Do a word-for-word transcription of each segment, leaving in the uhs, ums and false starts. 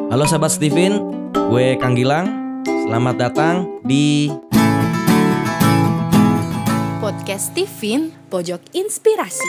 Halo sahabat Steven, gue Kang Gilang. Selamat datang di Podcast Steven, Pojok Inspirasi.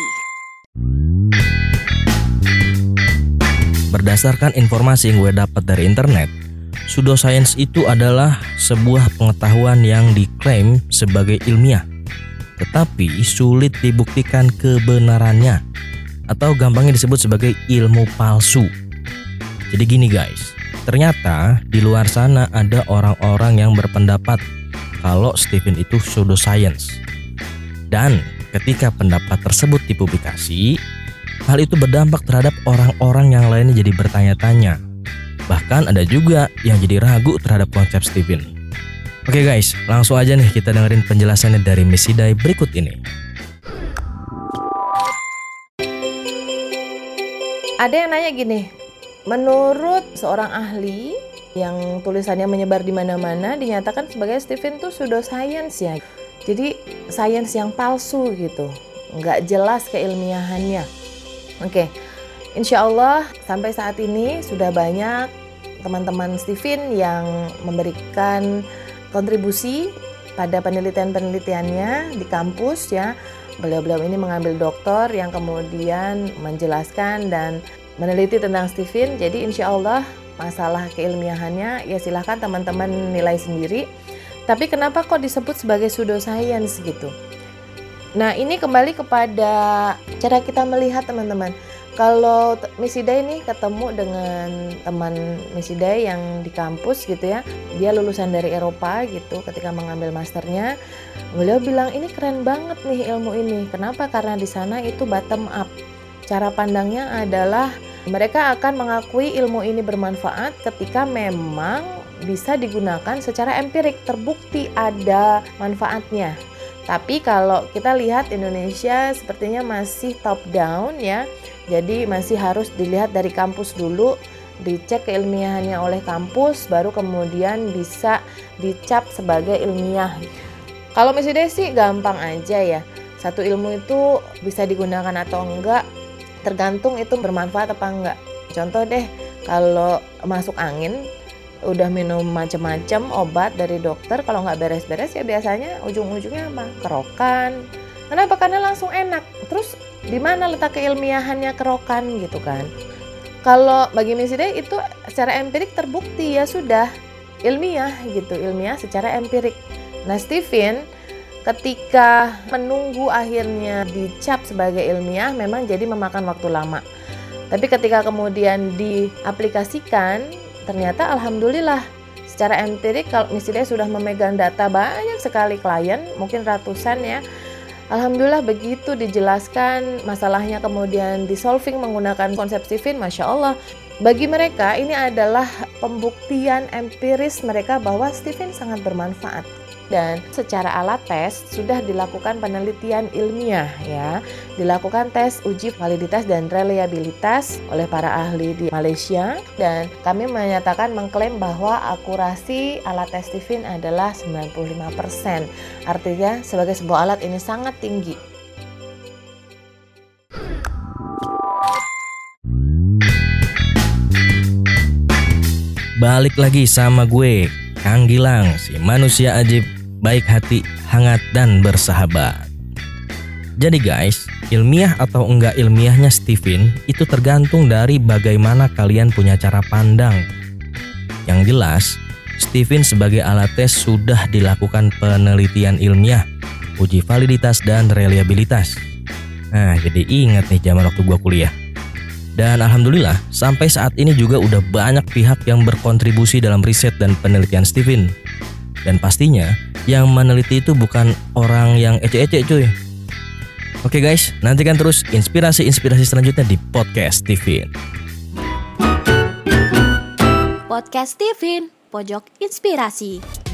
Berdasarkan informasi yang gue dapat dari internet, pseudoscience itu adalah sebuah pengetahuan yang diklaim sebagai ilmiah, tetapi sulit dibuktikan kebenarannya, atau gampangnya disebut sebagai ilmu palsu. Jadi gini guys, ternyata di luar sana ada orang-orang yang berpendapat kalau Steven itu pseudoscience. Dan ketika pendapat tersebut dipublikasi, hal itu berdampak terhadap orang-orang yang lainnya jadi bertanya-tanya. Bahkan ada juga yang jadi ragu terhadap konsep Steven. Oke guys, langsung aja nih kita dengerin penjelasannya dari Miss Hidai berikut ini. Ada yang nanya gini, menurut seorang ahli yang tulisannya menyebar di mana-mana dinyatakan sebagai Steven tuh pseudoscience ya. Jadi sains yang palsu gitu, nggak jelas keilmiahannya. Oke, insya Allah sampai saat ini sudah banyak teman-teman Steven yang memberikan kontribusi pada penelitian-penelitiannya di kampus ya. Beliau-beliau ini mengambil doktor yang kemudian menjelaskan dan meneliti tentang Steven. Jadi insya Allah masalah keilmiahannya ya silahkan teman-teman nilai sendiri. Tapi kenapa kok disebut sebagai pseudoscience gitu? Nah ini kembali kepada cara kita melihat teman-teman. Kalau Miss Hidai nih ketemu dengan teman Miss Hidai yang di kampus gitu ya, dia lulusan dari Eropa gitu, ketika mengambil masternya, beliau bilang ini keren banget nih ilmu ini. Kenapa? Karena di sana itu bottom up. Cara pandangnya adalah mereka akan mengakui ilmu ini bermanfaat ketika memang bisa digunakan secara empirik, terbukti ada manfaatnya. Tapi kalau kita lihat Indonesia sepertinya masih top down ya. Jadi masih harus dilihat dari kampus dulu, dicek keilmiahannya oleh kampus, baru kemudian bisa dicap sebagai ilmiah. Kalau Miss Hidai sih gampang aja ya. Satu ilmu itu bisa digunakan atau enggak, tergantung itu bermanfaat apa enggak. Contoh deh, kalau masuk angin, udah minum macam-macam obat dari dokter, kalau nggak beres-beres ya biasanya ujung-ujungnya apa? Kerokan. Kenapa? Karena langsung enak. Terus di mana letak keilmiahannya kerokan gitu kan? Kalau bagi Miss Hidai itu secara empirik terbukti ya sudah ilmiah gitu, ilmiah secara empirik. Nah Steven ketika menunggu akhirnya dicap sebagai ilmiah memang jadi memakan waktu lama. Tapi ketika kemudian diaplikasikan ternyata alhamdulillah secara empirik kalau Miss Hidai sudah memegang data banyak sekali klien, mungkin ratusan ya. Alhamdulillah begitu dijelaskan masalahnya kemudian disolving menggunakan konsep Steven, Masya Allah. Bagi mereka ini adalah pembuktian empiris mereka bahwa Steven sangat bermanfaat. Dan secara alat tes sudah dilakukan penelitian ilmiah ya, dilakukan tes uji validitas dan reliabilitas oleh para ahli di Malaysia, dan kami menyatakan mengklaim bahwa akurasi alat tes Steven adalah sembilan puluh lima persen. Artinya sebagai sebuah alat ini sangat tinggi. Balik lagi sama gue, Kang Gilang, si manusia ajib, baik hati, hangat, dan bersahabat. Jadi guys, ilmiah atau enggak ilmiahnya Steven itu tergantung dari bagaimana kalian punya cara pandang. Yang jelas, Steven sebagai alat tes sudah dilakukan penelitian ilmiah, uji validitas dan reliabilitas. Nah, jadi ingat nih zaman waktu gua kuliah. Dan alhamdulillah, sampai saat ini juga udah banyak pihak yang berkontribusi dalam riset dan penelitian Steven. Dan pastinya, yang meneliti itu bukan orang yang ece-ece cuy. Oke guys, nantikan terus inspirasi-inspirasi selanjutnya di Podcast Steven. Podcast Steven, Pojok Inspirasi.